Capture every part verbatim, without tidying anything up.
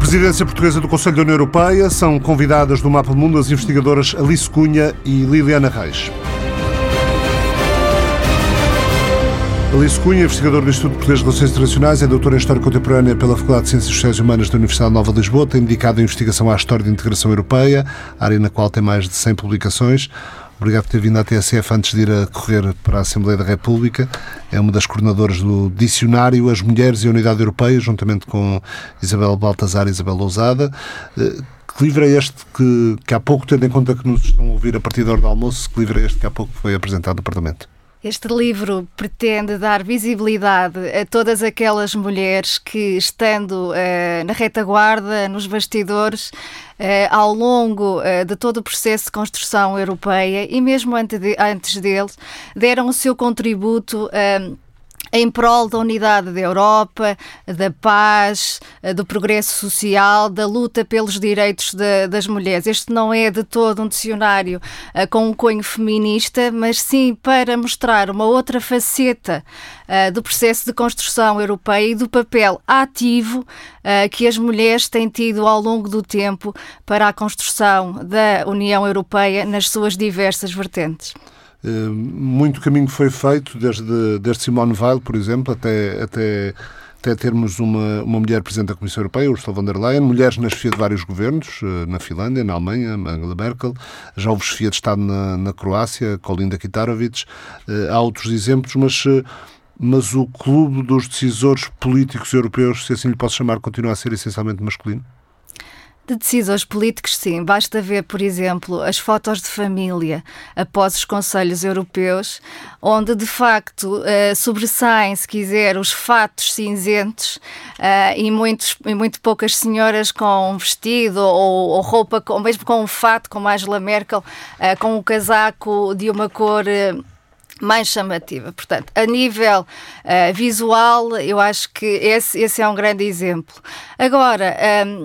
Presidência Portuguesa do Conselho da União Europeia. São convidadas do Mapa Mundo as investigadoras Alice Cunha e Liliana Reis. Alice Cunha, investigadora do Instituto Português de Relações Internacionais, é doutora em História Contemporânea pela Faculdade de Ciências Sociais e Humanas da Universidade Nova de Lisboa, tem dedicado a investigação à história de integração europeia, área na qual tem mais de cem publicações. Obrigado por ter vindo à T S F antes de ir a correr para a Assembleia da República. É uma das coordenadoras do Dicionário As Mulheres e a Unidade Europeia, juntamente com Isabel Baltazar e Isabel Lousada. Que livro é este que, que há pouco, tendo em conta que nos estão a ouvir a partir da hora do almoço, que livro é este que há pouco foi apresentado no Parlamento? Este livro pretende dar visibilidade a todas aquelas mulheres que, estando uh, na retaguarda, nos bastidores, uh, ao longo uh, de todo o processo de construção europeia e mesmo antes, de, antes dele, deram o seu contributo uh, em prol da unidade da Europa, da paz, do progresso social, da luta pelos direitos de, das mulheres. Este não é de todo um dicionário uh, com um cunho feminista, mas sim para mostrar uma outra faceta uh, do processo de construção europeia e do papel ativo uh, que as mulheres têm tido ao longo do tempo para a construção da União Europeia nas suas diversas vertentes. Uh, muito caminho foi feito, desde, desde Simone Weil, por exemplo, até, até, até termos uma, uma mulher Presidente da Comissão Europeia, Ursula von der Leyen, mulheres na chefia de vários governos, uh, na Finlândia, na Alemanha, Angela Merkel, já houve chefia de Estado na, na Croácia, Kolinda Kitarovic, uh, há outros exemplos, mas... Uh, mas o clube dos decisores políticos europeus, se assim lhe posso chamar, continua a ser essencialmente masculino? De decisores políticos, sim. Basta ver, por exemplo, as fotos de família após os Conselhos Europeus, onde, de facto, uh, sobressaem, se quiser, os fatos cinzentos uh, e, muitos, e muito poucas senhoras com um vestido ou, ou roupa, ou mesmo com um fato, como a Angela Merkel, uh, com um casaco de uma cor... Uh, mais chamativa. Portanto, a nível uh, visual, eu acho que esse, esse é um grande exemplo. Agora, um,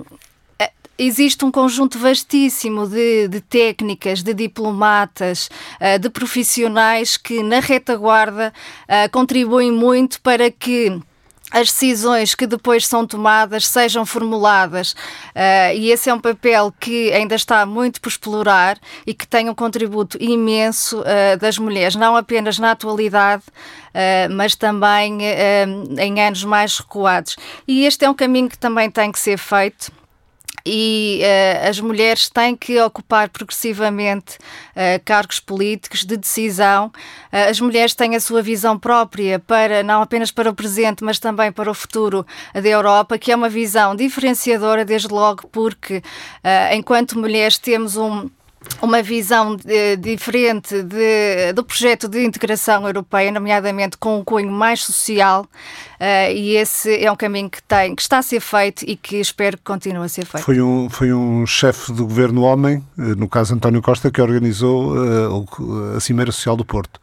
existe um conjunto vastíssimo de, de técnicas, de diplomatas, uh, de profissionais que na retaguarda uh, contribuem muito para que as decisões que depois são tomadas sejam formuladas uh, e esse é um papel que ainda está muito por explorar e que tem um contributo imenso uh, das mulheres, não apenas na atualidade, uh, mas também uh, em anos mais recuados. E este é um caminho que também tem que ser feito. E uh, as mulheres têm que ocupar progressivamente uh, cargos políticos de decisão. Uh, as mulheres têm a sua visão própria, para, não apenas para o presente, mas também para o futuro da Europa, que é uma visão diferenciadora, desde logo porque, uh, enquanto mulheres, temos um... uma visão de, diferente de, do projeto de integração europeia, nomeadamente com um cunho mais social, uh, e esse é um caminho que, tem, que está a ser feito e que espero que continue a ser feito. Foi um, foi um chefe do governo homem, no caso António Costa, que organizou uh, a Cimeira Social do Porto.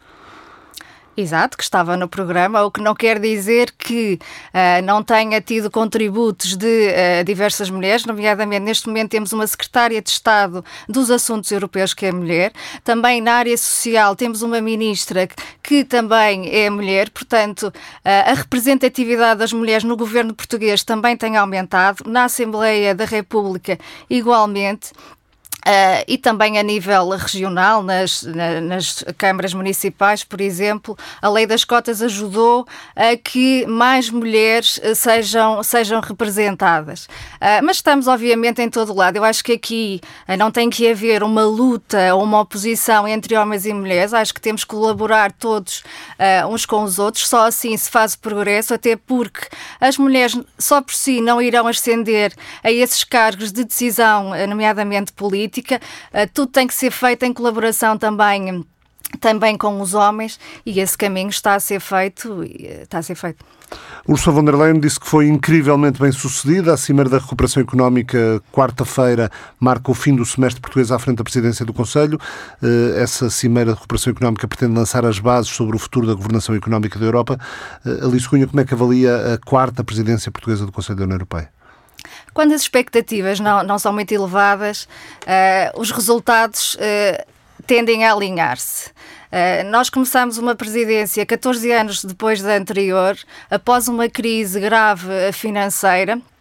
Exato, que estava no programa, o que não quer dizer que uh, não tenha tido contributos de uh, diversas mulheres, nomeadamente neste momento temos uma secretária de Estado dos Assuntos Europeus que é mulher, também na área social temos uma ministra que, que também é mulher, portanto uh, a representatividade das mulheres no governo português também tem aumentado, na Assembleia da República igualmente. Uh, e também a nível regional, nas, na, nas câmaras municipais, por exemplo, a lei das cotas ajudou a que mais mulheres sejam, sejam representadas. Uh, mas estamos, obviamente, em todo lado. Eu acho que aqui uh, não tem que haver uma luta ou uma oposição entre homens e mulheres. Acho que temos que colaborar todos uh, uns com os outros. Só assim se faz o progresso, até porque as mulheres só por si não irão ascender a esses cargos de decisão, nomeadamente política. Uh, tudo tem que ser feito em colaboração também, também com os homens e esse caminho está a ser feito. Está a ser feito. Ursula von der Leyen disse que foi incrivelmente bem sucedida. A Cimeira da Recuperação Económica, quarta-feira, marca o fim do semestre português à frente da presidência do Conselho. Uh, essa Cimeira de Recuperação Económica pretende lançar as bases sobre o futuro da governação económica da Europa. Uh, Alice Cunha, como é que avalia a quarta presidência portuguesa do Conselho da União Europeia? Quando as expectativas não, não são muito elevadas, uh, os resultados uh, tendem a alinhar-se. Uh, nós começamos uma presidência catorze anos depois da anterior, após uma crise grave financeira,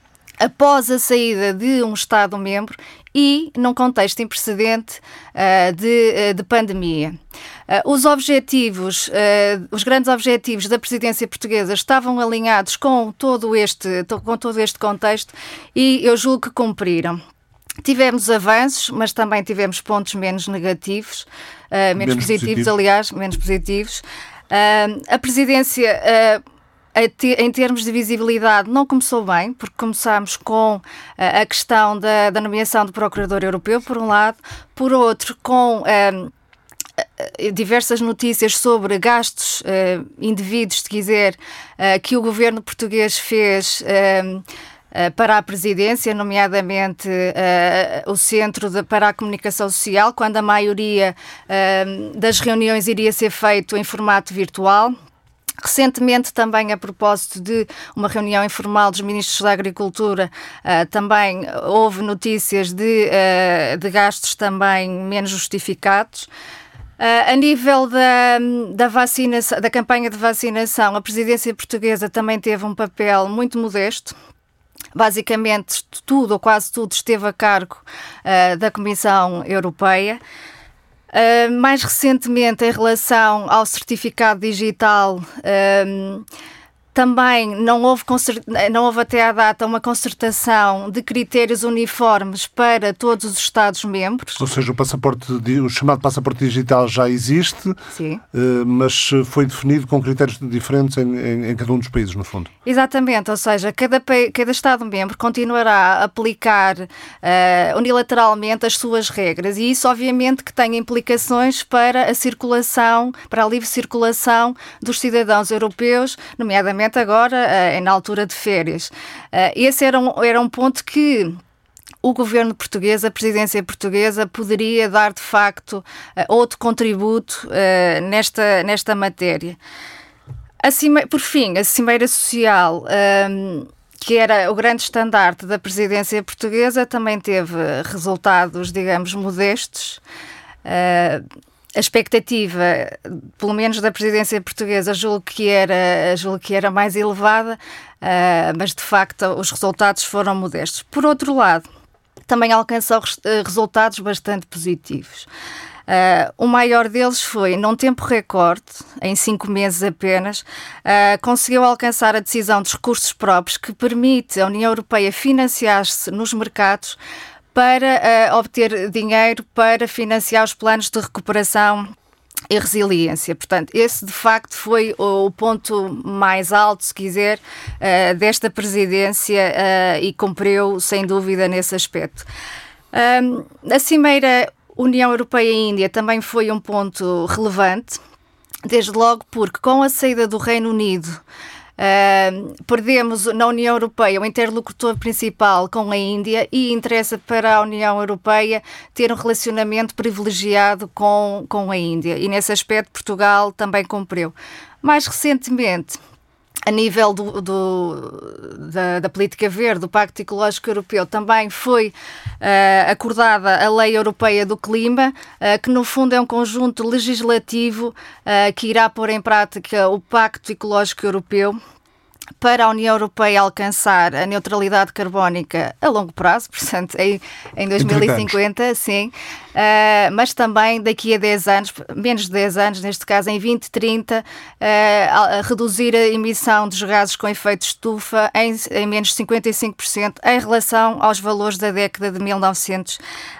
após a saída de um Estado-membro e num contexto sem precedente uh, de, uh, de pandemia. Uh, os objetivos, uh, os grandes objetivos da presidência portuguesa estavam alinhados com todo este, com todo este contexto e eu julgo que cumpriram. Tivemos avanços, mas também tivemos pontos menos negativos, uh, menos, menos positivos, positivos, aliás, menos positivos. Uh, a presidência... Uh, em termos de visibilidade, não começou bem, porque começámos com a questão da, da nomeação do Procurador Europeu, por um lado, por outro, com um, diversas notícias sobre gastos uh, indevidos, se quiser, uh, que o governo português fez um, uh, para a presidência, nomeadamente uh, o Centro de, para a Comunicação Social, quando a maioria uh, das reuniões iria ser feito em formato virtual. Recentemente, também a propósito de uma reunião informal dos ministros da Agricultura, uh, também houve notícias de, uh, de gastos também menos justificados. Uh, a nível da, da, vacinação, da campanha de vacinação, a presidência portuguesa também teve um papel muito modesto. Basicamente, tudo ou quase tudo esteve a cargo uh, da Comissão Europeia. Uh, mais recentemente, em relação ao certificado digital, uh, também não houve, não houve até à data uma concertação de critérios uniformes para todos os Estados-membros. Ou seja, o, passaporte, o chamado passaporte digital já existe, Sim. mas foi definido com critérios diferentes em, em, em cada um dos países, no fundo. Exatamente, ou seja, cada, cada Estado-membro continuará a aplicar uh, unilateralmente as suas regras e isso obviamente que tem implicações para a circulação, para a livre circulação dos cidadãos europeus, nomeadamente agora, na altura de férias. Esse era um, era um ponto que o governo português, a presidência portuguesa, poderia dar, de facto, outro contributo nesta, nesta matéria. A cime... Por fim, a Cimeira Social, que era o grande estandarte da presidência portuguesa, também teve resultados, digamos, modestos. A expectativa, pelo menos da presidência portuguesa, julgo que era, julgo que era mais elevada, uh, mas de facto os resultados foram modestos. Por outro lado, também alcançou res, uh, resultados bastante positivos. Uh, o maior deles foi, num tempo recorde, em cinco meses apenas, uh, conseguiu alcançar a decisão dos recursos próprios que permite à União Europeia financiar-se nos mercados para uh, obter dinheiro para financiar os planos de recuperação e resiliência. Portanto, esse de facto foi o, o ponto mais alto, se quiser, uh, desta presidência uh, e cumpriu sem dúvida nesse aspecto. Um, a Cimeira União Europeia e Índia também foi um ponto relevante, desde logo porque com a saída do Reino Unido Uh, perdemos na União Europeia o interlocutor principal com a Índia e interessa para a União Europeia ter um relacionamento privilegiado com, com a Índia e nesse aspecto Portugal também cumpriu. Mais recentemente, a nível do, do, da, da política verde, do Pacto Ecológico Europeu, também foi uh, acordada a Lei Europeia do Clima, uh, que no fundo é um conjunto legislativo uh, que irá pôr em prática o Pacto Ecológico Europeu para a União Europeia alcançar a neutralidade carbónica a longo prazo, portanto, em, em dois mil e cinquenta, sim, uh, mas também daqui a dez anos, menos de dez anos, neste caso em vinte e trinta, uh, a reduzir a emissão dos gases com efeito estufa em, em menos de cinquenta e cinco por cento em relação aos valores da década de mil novecentos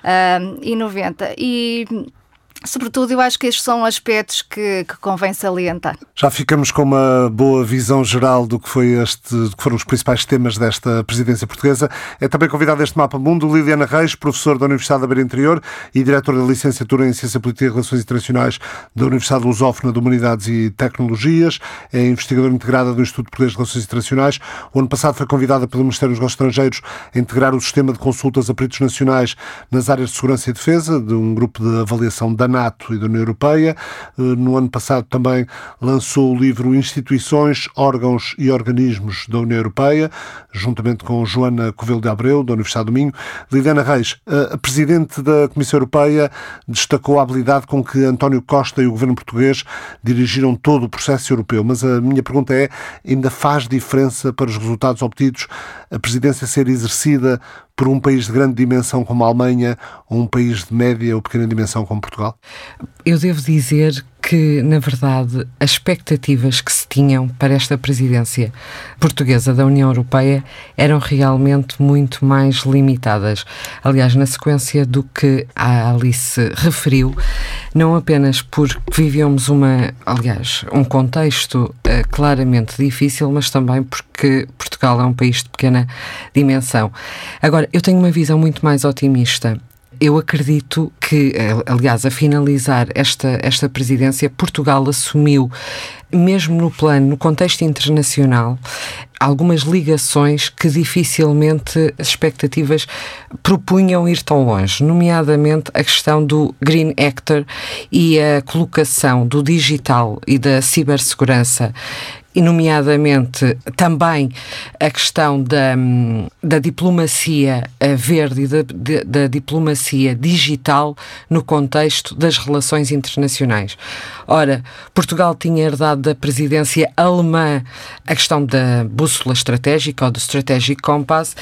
e noventa. E sobretudo, eu acho que estes são aspectos que, que convém salientar. Já ficamos com uma boa visão geral do que, foi este, do que foram os principais temas desta presidência portuguesa. É também convidada a este Mapa Mundo Liliana Reis, professora da Universidade da Beira Interior e diretora da licenciatura em Ciência Política e Relações Internacionais da Universidade Lusófona de Humanidades e Tecnologias. É investigadora integrada do Instituto Português de Relações Internacionais. O ano passado foi convidada pelo Ministério dos Negócios Estrangeiros a integrar o sistema de consultas a peritos nacionais nas áreas de segurança e defesa, de um grupo de avaliação da NATO e da União Europeia. No ano passado também lançou o livro Instituições, Órgãos e Organismos da União Europeia, juntamente com Joana Covelho de Abreu, da Universidade do Minho. Liliana Reis, a Presidente da Comissão Europeia, destacou a habilidade com que António Costa e o governo português dirigiram todo o processo europeu. Mas a minha pergunta é, ainda faz diferença para os resultados obtidos a presidência ser exercida por um país de grande dimensão como a Alemanha ou um país de média ou pequena dimensão como Portugal? Eu devo dizer que, na verdade, as expectativas que se tinham para esta presidência portuguesa da União Europeia eram realmente muito mais limitadas. Aliás, na sequência do que a Alice referiu, não apenas porque vivíamos uma, aliás, um contexto uh, claramente difícil, mas também porque Portugal é um país de pequena dimensão. Agora, eu tenho uma visão muito mais otimista. Eu acredito que, aliás, a finalizar esta, esta presidência, Portugal assumiu, mesmo no plano, no contexto internacional, algumas ligações que dificilmente as expectativas propunham ir tão longe, nomeadamente a questão do Green Actor e a colocação do digital e da cibersegurança, e nomeadamente também a questão da, da diplomacia verde e da, da, da diplomacia digital no contexto das relações internacionais. Ora, Portugal tinha herdado da presidência alemã a questão da bússola estratégica ou do Strategic Compass,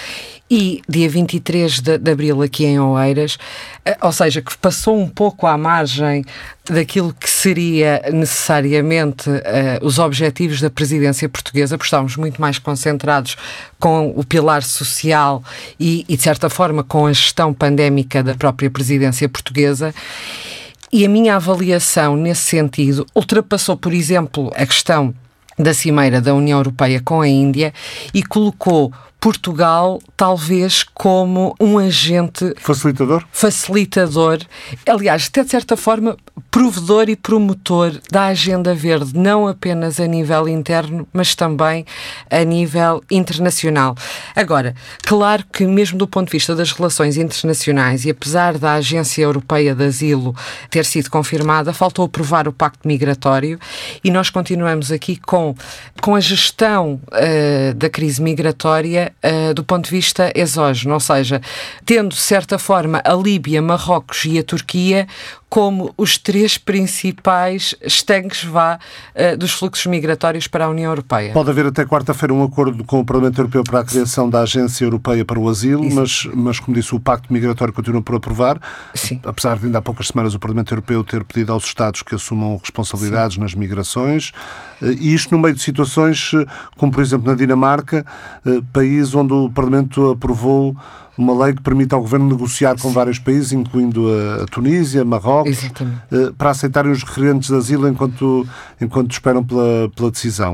e dia vinte e três de abril aqui em Oeiras, ou seja, que passou um pouco à margem daquilo que seria necessariamente uh, os objetivos da presidência portuguesa, porque estávamos muito mais concentrados com o pilar social e, e, de certa forma, com a gestão pandémica da própria presidência portuguesa. E a minha avaliação nesse sentido ultrapassou, por exemplo, a questão da cimeira da União Europeia com a Índia e colocou Portugal talvez como um agente facilitador, facilitador, aliás, até de certa forma provedor e promotor da agenda verde, não apenas a nível interno, mas também a nível internacional. Agora, claro que mesmo do ponto de vista das relações internacionais, e apesar da Agência Europeia de Asilo ter sido confirmada, faltou aprovar o Pacto Migratório e nós continuamos aqui com, com a gestão uh, da crise migratória Uh, do ponto de vista exógeno, ou seja, tendo, de certa forma, a Líbia, Marrocos e a Turquia como os três principais estanques vá, uh, dos fluxos migratórios para a União Europeia. Pode haver até quarta-feira um acordo com o Parlamento Europeu para a criação da Agência Europeia para o Asilo, mas, mas, como disse, o Pacto Migratório continua por aprovar. Sim. Apesar de ainda há poucas semanas o Parlamento Europeu ter pedido aos Estados que assumam responsabilidades Sim. nas migrações, e isto no meio de situações como, por exemplo, na Dinamarca, país onde o Parlamento aprovou uma lei que permite ao Governo negociar com Sim. vários países, incluindo a, a Tunísia, Marrocos, Exatamente. para aceitarem os requerentes de asilo enquanto, enquanto esperam pela, pela decisão.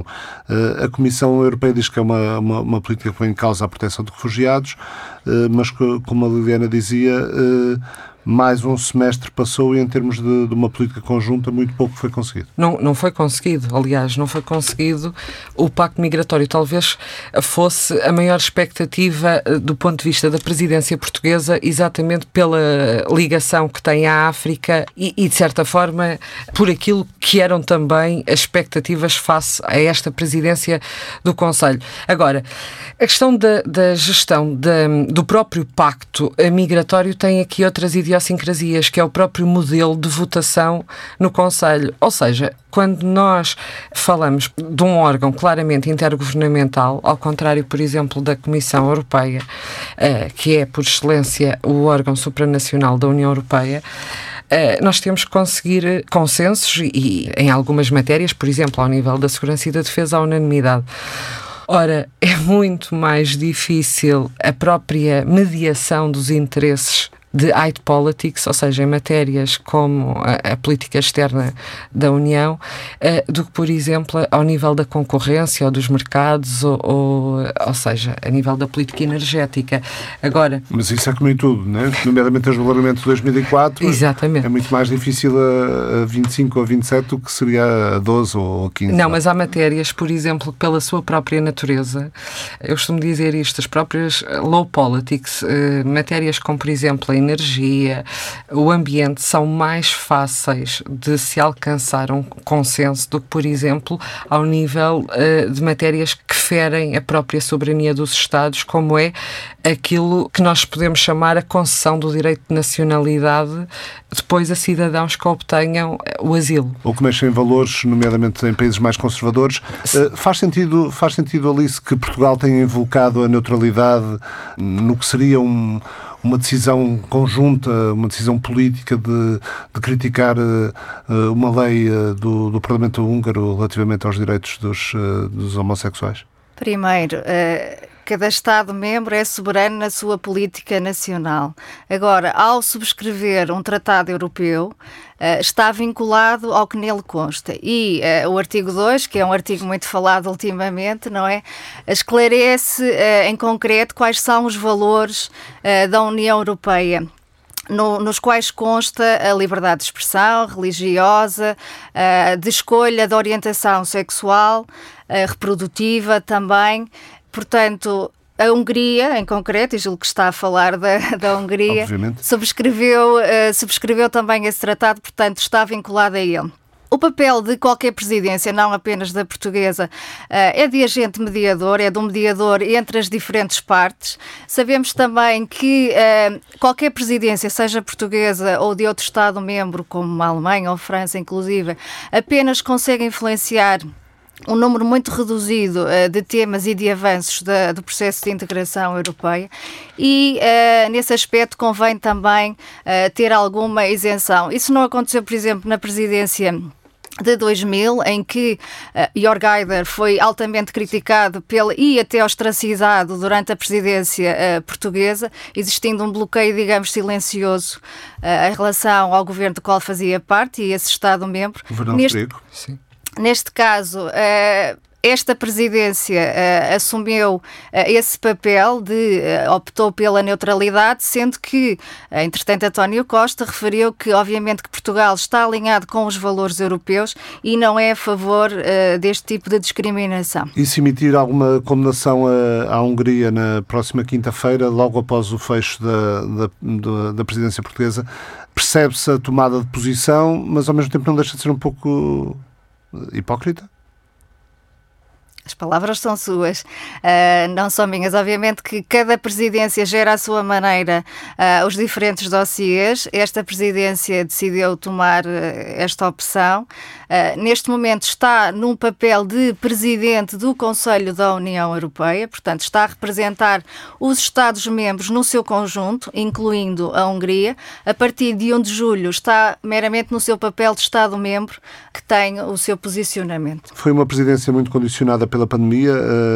A Comissão Europeia diz que é uma, uma, uma política que põe em causa a proteção de refugiados, mas, como a Liliana dizia, mais um semestre passou e, em termos de, de uma política conjunta, muito pouco foi conseguido. Não, não foi conseguido, aliás, não foi conseguido. O Pacto Migratório talvez fosse a maior expectativa do ponto de vista da presidência portuguesa, exatamente pela ligação que tem à África e, e de certa forma, por aquilo que eram também as expectativas face a esta presidência do Conselho. Agora, a questão da, da gestão da, do próprio Pacto Migratório tem aqui outras ideias idiosincrasias, que é o próprio modelo de votação no Conselho. Ou seja, quando nós falamos de um órgão claramente intergovernamental, ao contrário, por exemplo, da Comissão Europeia, que é, por excelência, o órgão supranacional da União Europeia, nós temos que conseguir consensos e, em algumas matérias, por exemplo, ao nível da segurança e da defesa, à unanimidade. Ora, é muito mais difícil a própria mediação dos interesses de high politics, ou seja, em matérias como a, a política externa da União, uh, do que, por exemplo, ao nível da concorrência ou dos mercados, ou, ou, ou seja, a nível da política energética. Agora... Mas isso é como em tudo, não é? Nomeadamente o regulamento de dois mil e quatro. Exatamente. É muito mais difícil a, a vinte e cinco ou a vinte e sete do que seria a doze ou a quinze. Não, mas há matérias, por exemplo, pela sua própria natureza, eu costumo dizer isto, as próprias low politics, uh, matérias como, por exemplo, a energia, o ambiente, são mais fáceis de se alcançar um consenso do que, por exemplo, ao nível uh, de matérias que ferem a própria soberania dos Estados, como é aquilo que nós podemos chamar a concessão do direito de nacionalidade depois a cidadãos que obtenham o asilo. Ou que mexem em valores, nomeadamente em países mais conservadores. Uh, faz sentido, faz sentido, Alice, que Portugal tenha invocado a neutralidade no que seria um, uma decisão conjunta, uma decisão política de, de criticar uh, uma lei uh, do, do Parlamento húngaro relativamente aos direitos dos, uh, dos homossexuais? Primeiro, uh, cada Estado-membro é soberano na sua política nacional. Agora, ao subscrever um tratado europeu, uh, está vinculado ao que nele consta. E uh, o artigo dois, que é um artigo muito falado ultimamente, não é? Esclarece uh, em concreto quais são os valores uh, da União Europeia. No, nos quais consta a liberdade de expressão religiosa, uh, de escolha da orientação sexual, uh, reprodutiva também. Portanto, a Hungria, em concreto, e julgo que está a falar da, da Hungria, subscreveu, uh, subscreveu também esse tratado, portanto, está vinculado a ele. O papel de qualquer presidência, não apenas da portuguesa, é de agente mediador, é de um mediador entre as diferentes partes. Sabemos também que qualquer presidência, seja portuguesa ou de outro Estado-membro, como a Alemanha ou a França, inclusive, apenas consegue influenciar um número muito reduzido uh, de temas e de avanços da, do processo de integração europeia e, uh, nesse aspecto, convém também uh, ter alguma isenção. Isso não aconteceu, por exemplo, na presidência de dois mil, em que uh, Jörg Haider foi altamente criticado pela, e até ostracizado durante a presidência uh, portuguesa, existindo um bloqueio, digamos, silencioso uh, em relação ao governo do qual fazia parte e esse Estado-membro. Governo Austríaco. Sim. Neste caso, uh, esta presidência uh, assumiu uh, esse papel de uh, optou pela neutralidade, sendo que, uh, entretanto, António Costa referiu que, obviamente, que Portugal está alinhado com os valores europeus e não é a favor uh, deste tipo de discriminação. E se emitir alguma condenação à, à Hungria na próxima quinta-feira, logo após o fecho da, da, da, da presidência portuguesa, percebe-se a tomada de posição, mas ao mesmo tempo não deixa de ser um pouco hipócrita? As palavras são suas, uh, não são minhas. Obviamente que cada presidência gera à sua maneira uh, os diferentes dossiês. Esta presidência decidiu tomar uh, esta opção. Uh, neste momento está num papel de presidente do Conselho da União Europeia, portanto está a representar os Estados-membros no seu conjunto, incluindo a Hungria. A partir de um de julho está meramente no seu papel de Estado-membro que tem o seu posicionamento. Foi uma presidência muito condicionada pela pandemia,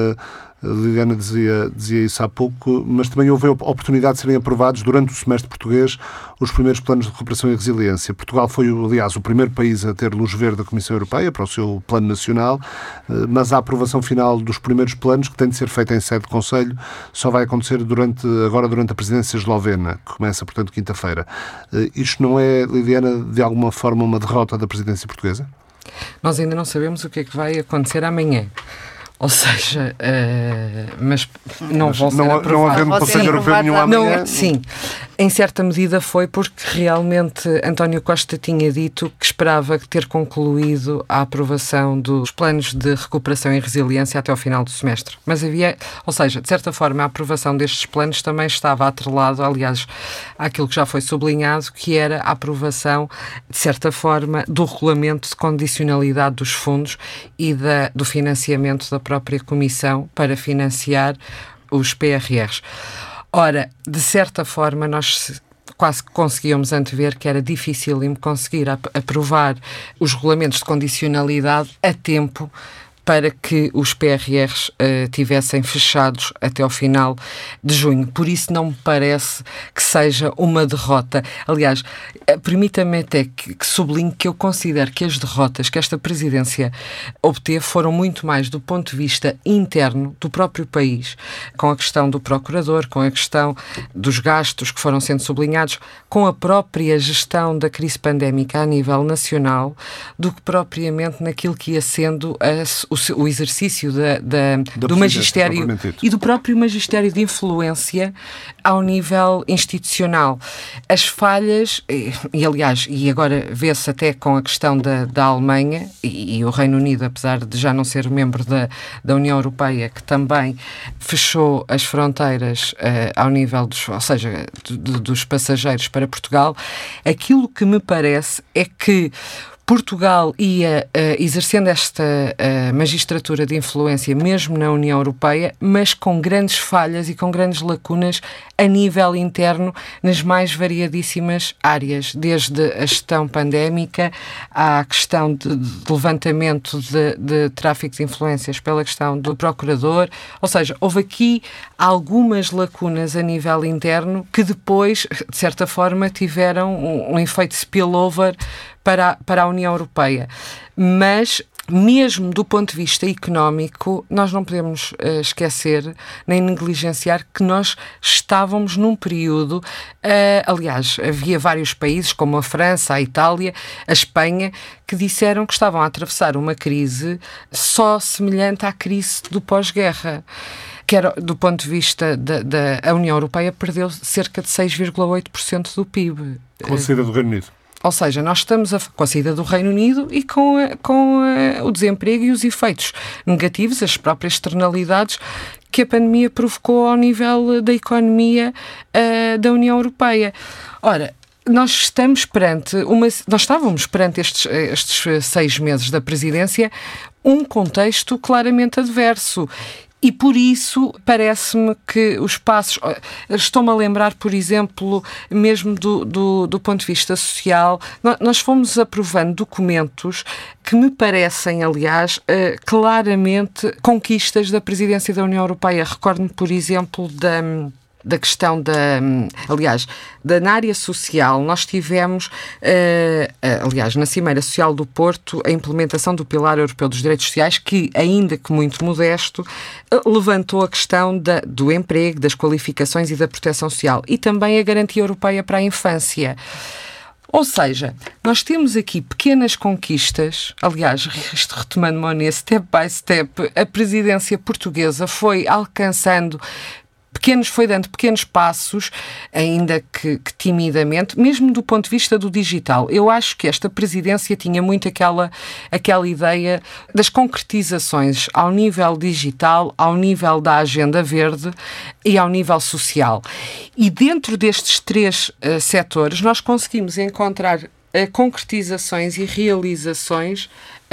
a Liliana dizia, dizia isso há pouco, mas também houve a oportunidade de serem aprovados durante o semestre português os primeiros planos de recuperação e resiliência. Portugal foi, aliás, o primeiro país a ter luz verde da Comissão Europeia para o seu plano nacional, mas a aprovação final dos primeiros planos, que tem de ser feita em sede de Conselho, só vai acontecer durante, agora durante a presidência eslovena, que começa, portanto, quinta-feira. Isto não é, Liliana, de alguma forma uma derrota da presidência portuguesa? Nós ainda não sabemos o que é que vai acontecer amanhã. Ou seja, uh, mas não mas vão ser não, aprovados. Não havendo Conselho Europeu nenhum amanhã? Não, sim, em certa medida foi porque realmente António Costa tinha dito que esperava ter concluído a aprovação dos planos de recuperação e resiliência até ao final do semestre. Mas havia, ou seja, de certa forma a aprovação destes planos também estava atrelado, aliás, àquilo que já foi sublinhado, que era a aprovação, de certa forma, do regulamento de condicionalidade dos fundos e da, do financiamento da própria Comissão para financiar os P R Rs. Ora, de certa forma, nós quase que conseguíamos antever que era dificílimo conseguir ap- aprovar os regulamentos de condicionalidade a tempo para que os P R Rs uh, tivessem fechados até ao final de junho. Por isso não me parece que seja uma derrota. Aliás, uh, permita-me até que, que sublinhe que eu considero que as derrotas que esta presidência obteve foram muito mais do ponto de vista interno do próprio país, com a questão do procurador, com a questão dos gastos que foram sendo sublinhados, com a própria gestão da crise pandémica a nível nacional, do que propriamente naquilo que ia sendo a, o o, o exercício da, da, da do magistério e do próprio magistério de influência ao nível institucional. As falhas, e, e aliás, e agora vê-se até com a questão da, da Alemanha e, e o Reino Unido, apesar de já não ser membro da, da União Europeia, que também fechou as fronteiras uh, ao nível dos, ou seja, do, do, dos passageiros para Portugal, aquilo que me parece é que Portugal ia uh, exercendo esta uh, magistratura de influência mesmo na União Europeia, mas com grandes falhas e com grandes lacunas a nível interno nas mais variadíssimas áreas, desde a gestão pandémica à questão de, de levantamento de, de tráfico de influências pela questão do procurador, ou seja, houve aqui algumas lacunas a nível interno que depois, de certa forma, tiveram um, um efeito spillover para, para a União Europeia. Mas, mesmo do ponto de vista económico, nós não podemos uh, esquecer nem negligenciar que nós estávamos num período, uh, aliás, havia vários países, como a França, a Itália, a Espanha, que disseram que estavam a atravessar uma crise só semelhante à crise do pós-guerra. Que era, do ponto de vista da, da a União Europeia, perdeu cerca de seis vírgula oito por cento do P I B. Com a saída do Reino Unido. Ou seja, nós estamos a, com a saída do Reino Unido e com, a, com a, o desemprego e os efeitos negativos, as próprias externalidades que a pandemia provocou ao nível da economia uh, da União Europeia. Ora, nós estamos perante uma, nós estávamos perante estes, estes seis meses da presidência um contexto claramente adverso. E por isso parece-me que os passos... Estou-me a lembrar, por exemplo, mesmo do, do, do ponto de vista social, nós fomos aprovando documentos que me parecem, aliás, claramente conquistas da presidência da União Europeia. Recordo-me, por exemplo, da... da questão da, aliás, da, na área social, nós tivemos, uh, uh, aliás, na Cimeira Social do Porto, a implementação do Pilar Europeu dos Direitos Sociais, que, ainda que muito modesto, uh, levantou a questão da, do emprego, das qualificações e da proteção social, e também a garantia europeia para a infância. Ou seja, nós temos aqui pequenas conquistas, aliás, retomando Monet, step by step, a presidência portuguesa foi alcançando Pequenos, foi dando pequenos passos, ainda que, que timidamente, mesmo do ponto de vista do digital. Eu acho que esta presidência tinha muito aquela, aquela ideia das concretizações ao nível digital, ao nível da agenda verde e ao nível social. E dentro destes três uh, setores, nós conseguimos encontrar uh, concretizações e realizações.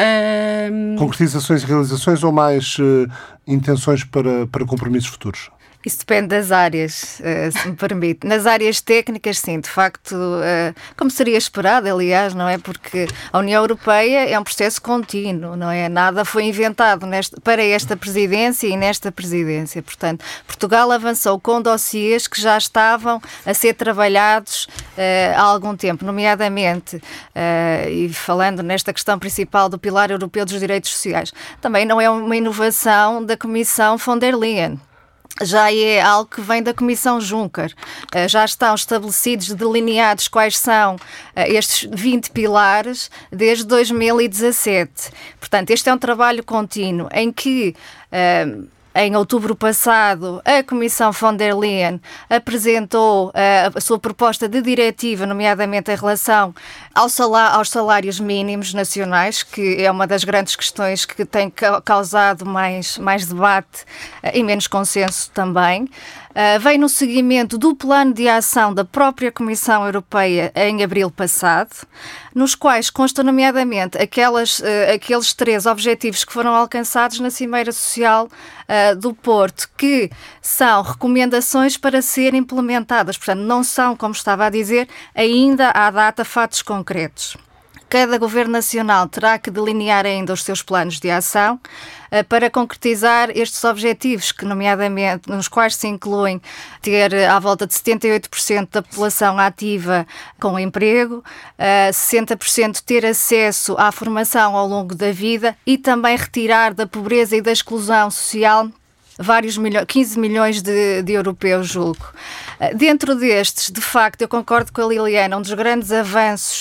Uh... Concretizações e realizações ou mais uh, intenções para, para compromissos futuros? Isso depende das áreas, se me permite. Nas áreas técnicas, sim, de facto, como seria esperado, aliás, não é? Porque a União Europeia é um processo contínuo, não é? Nada foi inventado neste, para esta presidência e nesta presidência. Portanto, Portugal avançou com dossiês que já estavam a ser trabalhados uh, há algum tempo, nomeadamente, uh, e falando nesta questão principal do Pilar Europeu dos Direitos Sociais, também não é uma inovação da Comissão von der Leyen. Já é algo que vem da Comissão Juncker. Uh, já estão estabelecidos, delineados quais são uh, estes vinte pilares desde dois mil e dezassete. Portanto, este é um trabalho contínuo em que... Uh, Em outubro passado, a Comissão von der Leyen apresentou uh, a sua proposta de diretiva, nomeadamente em relação ao salá- aos salários mínimos nacionais, que é uma das grandes questões que tem ca- causado mais, mais debate uh, e menos consenso também. Uh, vem no seguimento do plano de ação da própria Comissão Europeia em abril passado, nos quais constam nomeadamente aquelas, uh, aqueles três objetivos que foram alcançados na Cimeira Social uh, do Porto, que são recomendações para serem implementadas. Portanto, não são, como estava a dizer, ainda à data fatos concretos. Cada Governo Nacional terá que delinear ainda os seus planos de ação uh, para concretizar estes objetivos, que nomeadamente nos quais se incluem ter uh, à volta de setenta e oito por cento da população ativa com emprego, uh, sessenta por cento ter acesso à formação ao longo da vida e também retirar da pobreza e da exclusão social vários milhões, quinze milhões de, de europeus, julgo. Uh, dentro destes, de facto, eu concordo com a Liliana, um dos grandes avanços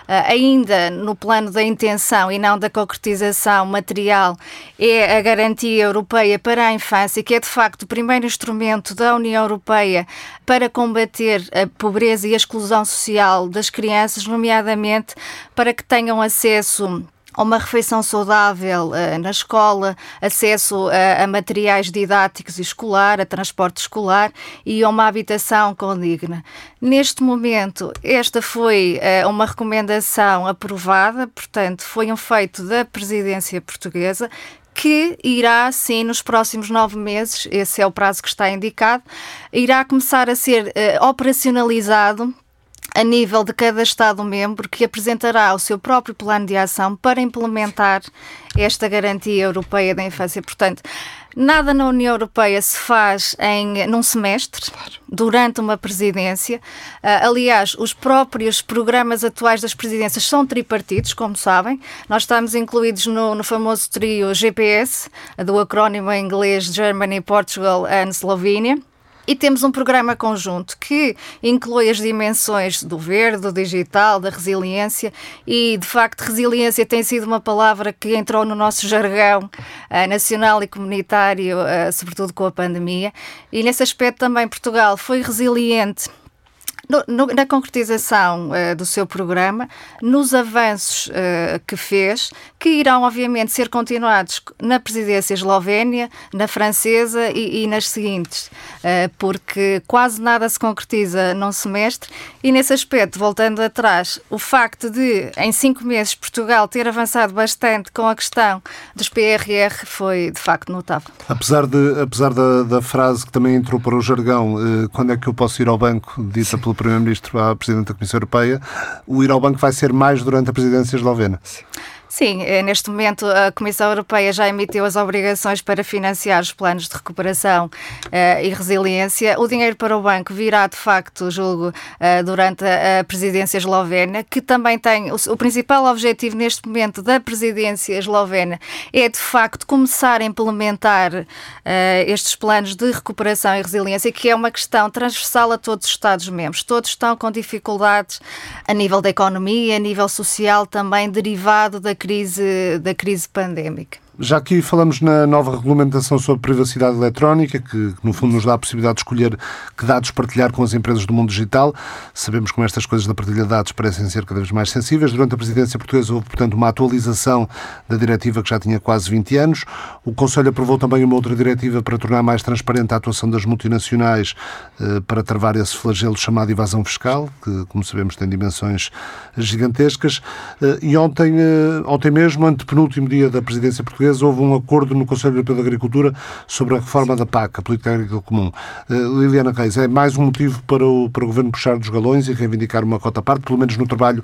ainda no plano da intenção e não da concretização material, é a Garantia Europeia para a Infância, que é de facto o primeiro instrumento da União Europeia para combater a pobreza e a exclusão social das crianças, nomeadamente para que tenham acesso a uma refeição saudável uh, na escola, acesso a, a materiais didáticos e escolar, a transporte escolar e a uma habitação condigna. Neste momento, esta foi uh, uma recomendação aprovada, portanto, foi um feito da presidência portuguesa, que irá, sim, nos próximos nove meses, esse é o prazo que está indicado, irá começar a ser uh, operacionalizado a nível de cada Estado-membro, que apresentará o seu próprio plano de ação para implementar esta Garantia Europeia da Infância. Portanto, nada na União Europeia se faz em, num semestre, durante uma presidência. Uh, aliás, os próprios programas atuais das presidências são tripartidos, como sabem. Nós estamos incluídos no, no famoso trio G P S, do acrónimo em inglês Germany, Portugal and Slovenia. E temos um programa conjunto que inclui as dimensões do verde, do digital, da resiliência e, de facto, resiliência tem sido uma palavra que entrou no nosso jargão uh, nacional e comunitário, uh, sobretudo com a pandemia. E, nesse aspecto, também Portugal foi resiliente No, no, na concretização uh, do seu programa, nos avanços uh, que fez, que irão obviamente ser continuados na presidência eslovénia, na francesa e, e nas seguintes, uh, porque quase nada se concretiza num semestre e nesse aspecto, voltando atrás, o facto de em cinco meses Portugal ter avançado bastante com a questão dos P R R foi de facto notável. Apesar, de, apesar da, da frase que também entrou para o jargão, uh, quando é que eu posso ir ao banco, dita Sim. pelo Primeiro-Ministro à Presidente da Comissão Europeia, o ir ao banco vai ser mais durante a presidência eslovena. Sim, neste momento a Comissão Europeia já emitiu as obrigações para financiar os planos de recuperação uh, e resiliência. O dinheiro para o banco virá, de facto, julgo, uh, durante a, a presidência eslovena, que também tem o, o principal objetivo neste momento da presidência eslovena é, de facto, começar a implementar uh, estes planos de recuperação e resiliência, que é uma questão transversal a todos os Estados-membros. Todos estão com dificuldades a nível da economia, a nível social, também derivado da crise, da crise pandémica. Já aqui falamos na nova regulamentação sobre privacidade eletrónica, que no fundo nos dá a possibilidade de escolher que dados partilhar com as empresas do mundo digital. Sabemos como estas coisas da partilha de dados parecem ser cada vez mais sensíveis. Durante a presidência portuguesa houve, portanto, uma atualização da diretiva que já tinha quase vinte anos. O Conselho aprovou também uma outra diretiva para tornar mais transparente a atuação das multinacionais eh, para travar esse flagelo chamado evasão fiscal, que, como sabemos, tem dimensões gigantescas. Eh, e ontem, eh, ontem mesmo, antepenúltimo dia da presidência portuguesa, houve um acordo no Conselho Europeu de Agricultura sobre a reforma da P A C, a Política Agrícola Comum. Uh, Liliana Reis, é mais um motivo para o, para o Governo puxar dos galões e reivindicar uma cota à parte, pelo menos no trabalho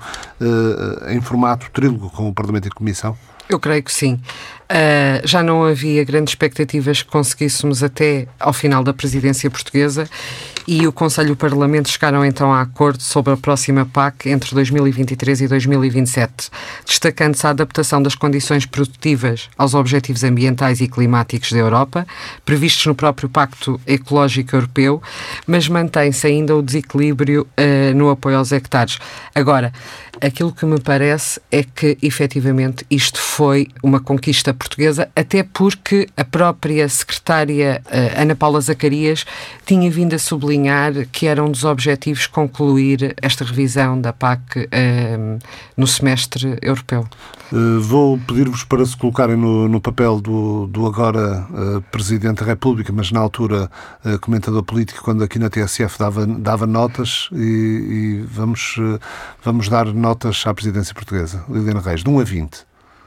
uh, em formato trílogo com o Parlamento e a Comissão? Eu creio que sim. Uh, já não havia grandes expectativas que conseguíssemos até ao final da presidência portuguesa e o Conselho e o Parlamento chegaram então a acordo sobre a próxima P A C entre dois mil e vinte e três e dois mil e vinte e sete, destacando-se a adaptação das condições produtivas aos objetivos ambientais e climáticos da Europa, previstos no próprio Pacto Ecológico Europeu, mas mantém-se ainda o desequilíbrio uh, no apoio aos hectares. Agora, aquilo que me parece é que, efetivamente, isto foi uma conquista portuguesa, até porque a própria secretária uh, Ana Paula Zacarias tinha vindo a sublinhar que era um dos objetivos concluir esta revisão da P A C uh, no semestre europeu. Uh, vou pedir-vos para se colocarem no, no papel do, do agora uh, Presidente da República, mas na altura uh, comentador político, quando aqui na T S F dava, dava notas e, e vamos, uh, vamos dar notas à Presidência Portuguesa. Liliana Reis, de um a vinte.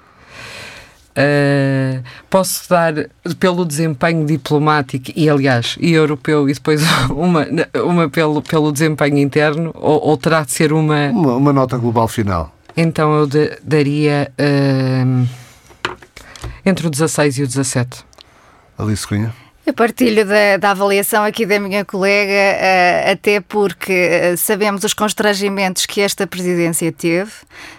Uh, posso dar pelo desempenho diplomático e, aliás, e europeu e depois uma, uma pelo, pelo desempenho interno ou, ou terá de ser uma... Uma, uma nota global final. Então eu de, daria uh, entre o dezasseis e o dezassete. Alice Cunha. Eu partilho da, da avaliação aqui da minha colega, uh, até porque uh, sabemos os constrangimentos que esta presidência teve,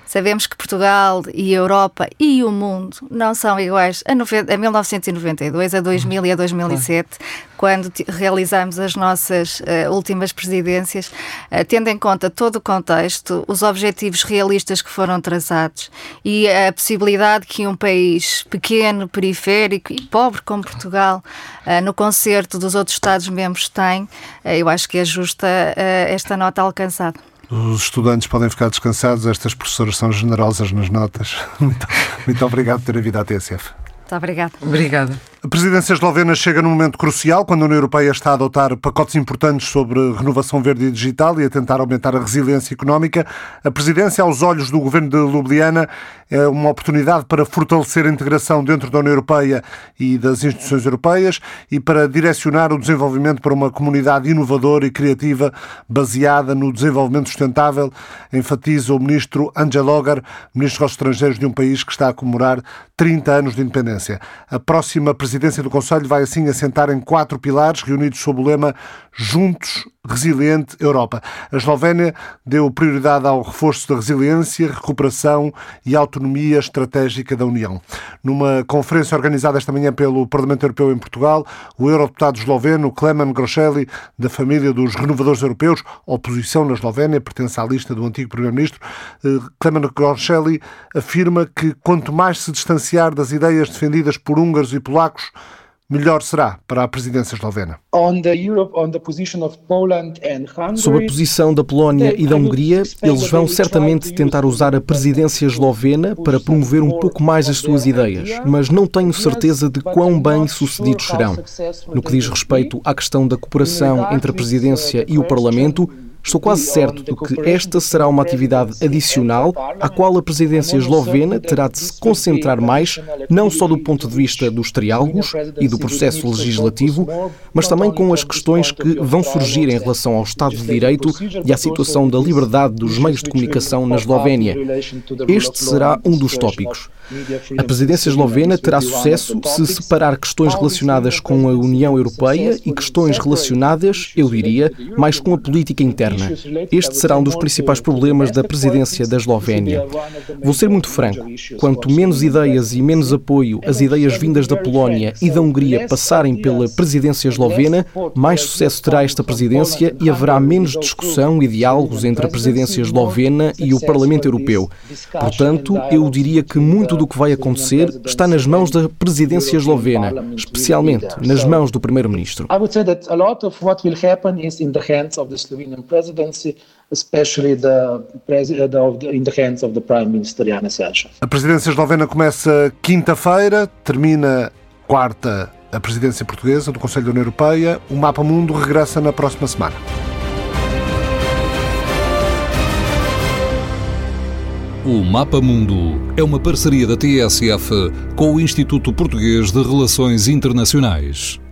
Sabemos que Portugal e a Europa e o mundo não são iguais a, a mil novecentos e noventa e dois, a dois mil e a dois mil e sete, quando realizamos as nossas uh, últimas presidências, uh, tendo em conta todo o contexto, os objetivos realistas que foram traçados e a possibilidade que um país pequeno, periférico e pobre como Portugal, uh, no concerto dos outros Estados-membros tem, uh, eu acho que é justa uh, esta nota alcançada. Os estudantes podem ficar descansados, estas professoras são generosas nas notas. Muito, muito obrigado por ter vindo à T S F. Muito obrigada. Obrigada. A presidência eslovena chega num momento crucial, quando a União Europeia está a adotar pacotes importantes sobre renovação verde e digital e a tentar aumentar a resiliência económica. A presidência, aos olhos do governo de Ljubljana, é uma oportunidade para fortalecer a integração dentro da União Europeia e das instituições europeias e para direcionar o desenvolvimento para uma comunidade inovadora e criativa baseada no desenvolvimento sustentável, enfatiza o ministro Anđelj Logar, ministro dos Estrangeiros de um país que está a comemorar trinta anos de independência. A próxima presidência do Conselho vai assim assentar em quatro pilares reunidos sob o lema Juntos, Resiliente Europa. A Eslovénia deu prioridade ao reforço da resiliência, recuperação e autonomia estratégica da União. Numa conferência organizada esta manhã pelo Parlamento Europeu em Portugal, o eurodeputado esloveno Klemen Grošelj, da família dos renovadores europeus, oposição na Eslovénia, pertence à lista do antigo primeiro-ministro, Klemen Grošelj afirma que quanto mais se distanciar das ideias defendidas por húngaros e polacos, melhor será para a presidência eslovena. Sobre a posição da Polónia e da Hungria, eles vão certamente tentar usar a presidência eslovena para promover um pouco mais as suas ideias, mas não tenho certeza de quão bem sucedidos serão. No que diz respeito à questão da cooperação entre a presidência e o Parlamento, estou quase certo de que esta será uma atividade adicional à qual a presidência eslovena terá de se concentrar mais, não só do ponto de vista dos triálogos e do processo legislativo, mas também com as questões que vão surgir em relação ao Estado de Direito e à situação da liberdade dos meios de comunicação na Eslovénia. Este será um dos tópicos. A presidência eslovena terá sucesso se separar questões relacionadas com a União Europeia e questões relacionadas, eu diria, mais com a política interna. Este será um dos principais problemas da presidência da Eslovénia. Vou ser muito franco. Quanto menos ideias e menos apoio as ideias vindas da Polónia e da Hungria passarem pela presidência eslovena, mais sucesso terá esta presidência e haverá menos discussão e diálogos entre a presidência eslovena e o Parlamento Europeu. Portanto, eu diria que muito do que vai acontecer está nas mãos da presidência eslovena, especialmente nas mãos do primeiro-ministro. Especially the, the, in the hands of the Prime Minister Janez Janša. A presidência eslovena começa quinta-feira, termina quarta a presidência portuguesa do Conselho da União Europeia. O Mapa Mundo regressa na próxima semana. O Mapa Mundo é uma parceria da T S F com o Instituto Português de Relações Internacionais.